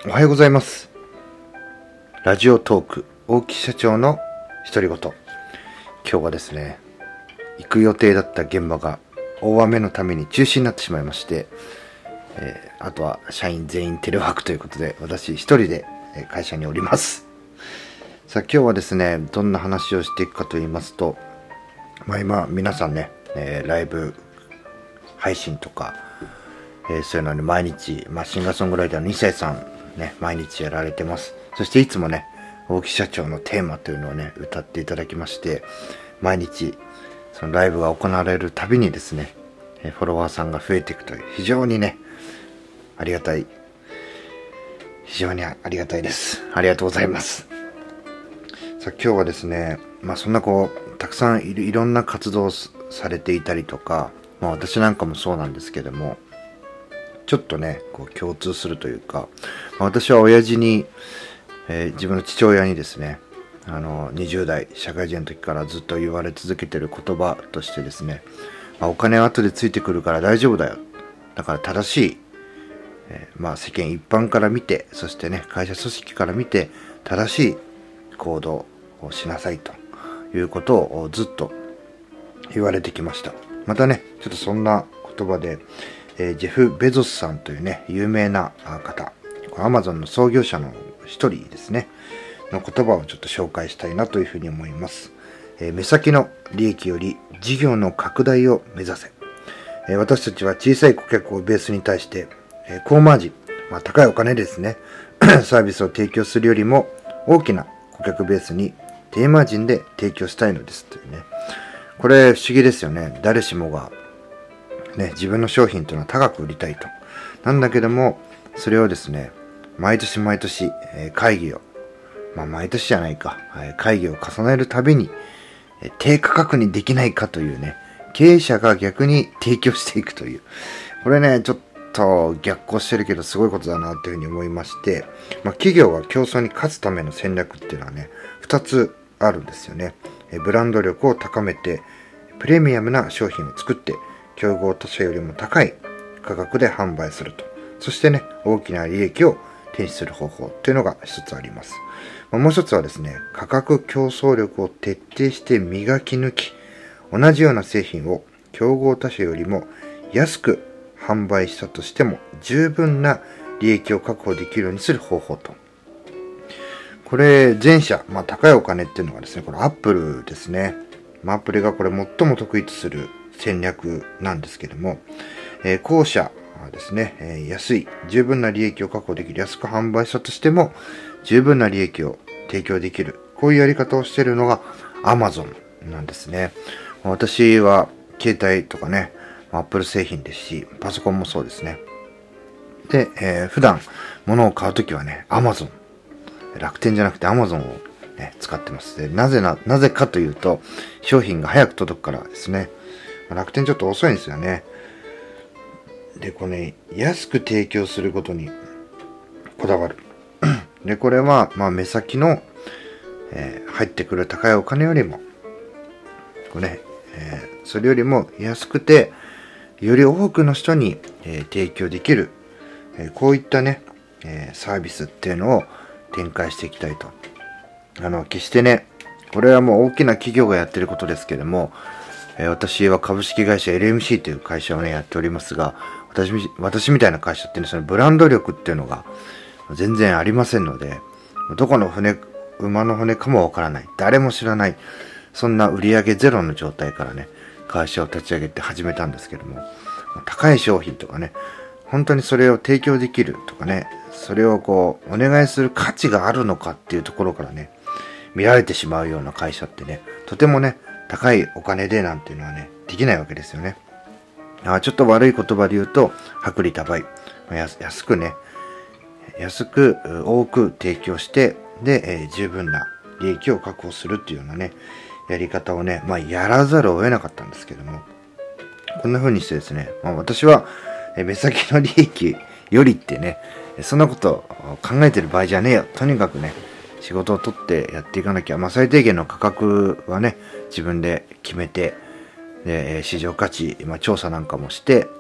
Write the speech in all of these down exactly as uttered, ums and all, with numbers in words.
おはようございます。ラジオトーク大木社長の独り言。今日はですね、行く予定だった現場が大雨のために中止になってしまいまして、えー、あとは社員全員テレワークということで、私一人で会社におります。さあ今日はですね、どんな話をしていくかと言いますと、まあ今皆さんね、えー、ライブ配信とか、えー、そういうのに毎日、まあ、シンガーソングライターのに世さんね、毎日やられてます。そしていつもね、大木社長のテーマというのをね、歌っていただきまして、毎日そのライブが行われるたびにですね、フォロワーさんが増えていくという、非常にね、ありがたい、非常にありがたいです。ありがとうございます。さあ今日はですね、まあそんなこう、たくさんいろ、いろんな活動をされていたりとか、まあ私なんかもそうなんですけども、ちょっとね、こう共通するというか、まあ、私は親父に、えー、自分の父親にですね、あのにじゅう代社会人の時からずっと言われ続けている言葉としてですね、まあ、お金は後でついてくるから大丈夫だよ。だから正しい、えー、まあ世間一般から見て、そしてね、会社組織から見て正しい行動をしなさいということをずっと言われてきました。またね、ちょっとそんな言葉で、えー、ジェフ・ベゾスさんというね、有名な方、アマゾンの創業者の一人ですね、の言葉をちょっと紹介したいなというふうに思います。えー、目先の利益より事業の拡大を目指せ。えー、私たちは小さい顧客をベースに対して、えー、高マージン、まあ、高いお金ですね、サービスを提供するよりも大きな顧客ベースに低マージンで提供したいのですというね。これ不思議ですよね。誰しもがね、自分の商品というのは高く売りたいと。なんだけども、それをですね、毎年毎年、えー、会議を、まあ毎年じゃないか、えー、会議を重ねるたびに、えー、低価格にできないかというね、経営者が逆に提供していくという。これね、ちょっと逆行してるけどすごいことだなというふうに思いまして、まあ企業は競争に勝つための戦略っていうのはね、二つあるんですよね。えー、ブランド力を高めて、プレミアムな商品を作って、競合他社よりも高い価格で販売すると。そしてね、大きな利益を手にする方法というのが一つあります。もう一つはですね、価格競争力を徹底して磨き抜き、同じような製品を競合他社よりも安く販売したとしても十分な利益を確保できるようにする方法と。これ、前者、まあ高いお金っていうのがですね、これアップルですね。まあアップルがこれ最も得意とする戦略なんですけども、えー、後者はですね、えー、安い、十分な利益を確保できる、安く販売したとしても十分な利益を提供できる、こういうやり方をしているのが Amazon なんですね。私は携帯とかね、Apple 製品ですし、パソコンもそうですね。で、えー、普段物を買うときはね、Amazon、楽天じゃなくて Amazon をね、使ってます。で、なぜな、なぜかというと、商品が早く届くからですね。楽天ちょっと遅いんですよね。で、これ、ね、安く提供することにこだわる。で、これは、まあ、目先の、えー、入ってくる高いお金よりも、これね、えー、それよりも安くて、より多くの人に、えー、提供できる、えー、こういったね、えー、サービスっていうのを展開していきたいと。あの、決してね、これはもう大きな企業がやってることですけども、私は株式会社 エルエムシー という会社をね、やっておりますが、私、私みたいな会社ってね、そのブランド力っていうのが全然ありませんので、どこの船、馬の骨かもわからない。誰も知らない。そんな売上ゼロの状態からね、会社を立ち上げて始めたんですけども、高い商品とかね、本当にそれを提供できるとかね、それをこう、お願いする価値があるのかっていうところからね、見られてしまうような会社ってね、とてもね、高いお金でなんていうのはね、できないわけですよね。あちょっと悪い言葉で言うと、薄利多売。安, 安くね、安く多く提供して、で、えー、十分な利益を確保するっていうようなね、やり方をね、まあ、やらざるを得なかったんですけども、こんな風にしてですね、まあ、私は、え目先の利益よりってね、そんなこと考えてる場合じゃねえよ。とにかくね、仕事を取ってやっていかなきゃ、まあ最低限の価格はね、自分で決めて、で市場価値、まあ、調査なんかもして、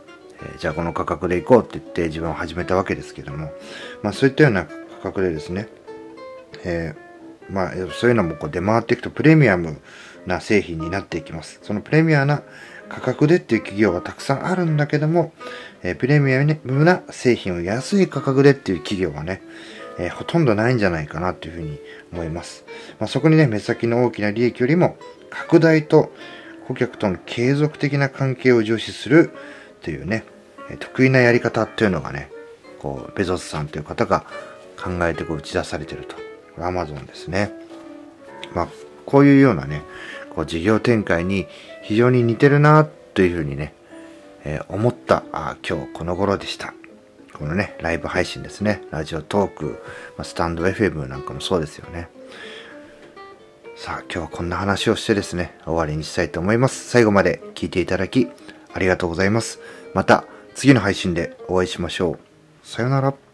えー、じゃあこの価格で行こうって言って自分を始めたわけですけども、まあそういったような価格でですね、えー、まあそういうのもこう出回っていくとプレミアムな製品になっていきます。そのプレミアムな価格でっていう企業はたくさんあるんだけども、えー、プレミアムな製品を安い価格でっていう企業はね、えー、ほとんどないんじゃないかなというふうに思います。まあ、そこにね、目先の大きな利益よりも拡大と顧客との継続的な関係を重視するというね、得意なやり方っていうのがね、こうベゾスさんという方が考えてこう打ち出されていると。アマゾンですね。まあこういうようなね、こう事業展開に非常に似てるなというふうにね、えー、思ったあ今日この頃でした。このね、ライブ配信ですね。ラジオトーク、まあ、スタンド エフエム なんかもそうですよね。さあ、今日はこんな話をしてですね、終わりにしたいと思います。最後まで聞いていただき、ありがとうございます。また、次の配信でお会いしましょう。さよなら。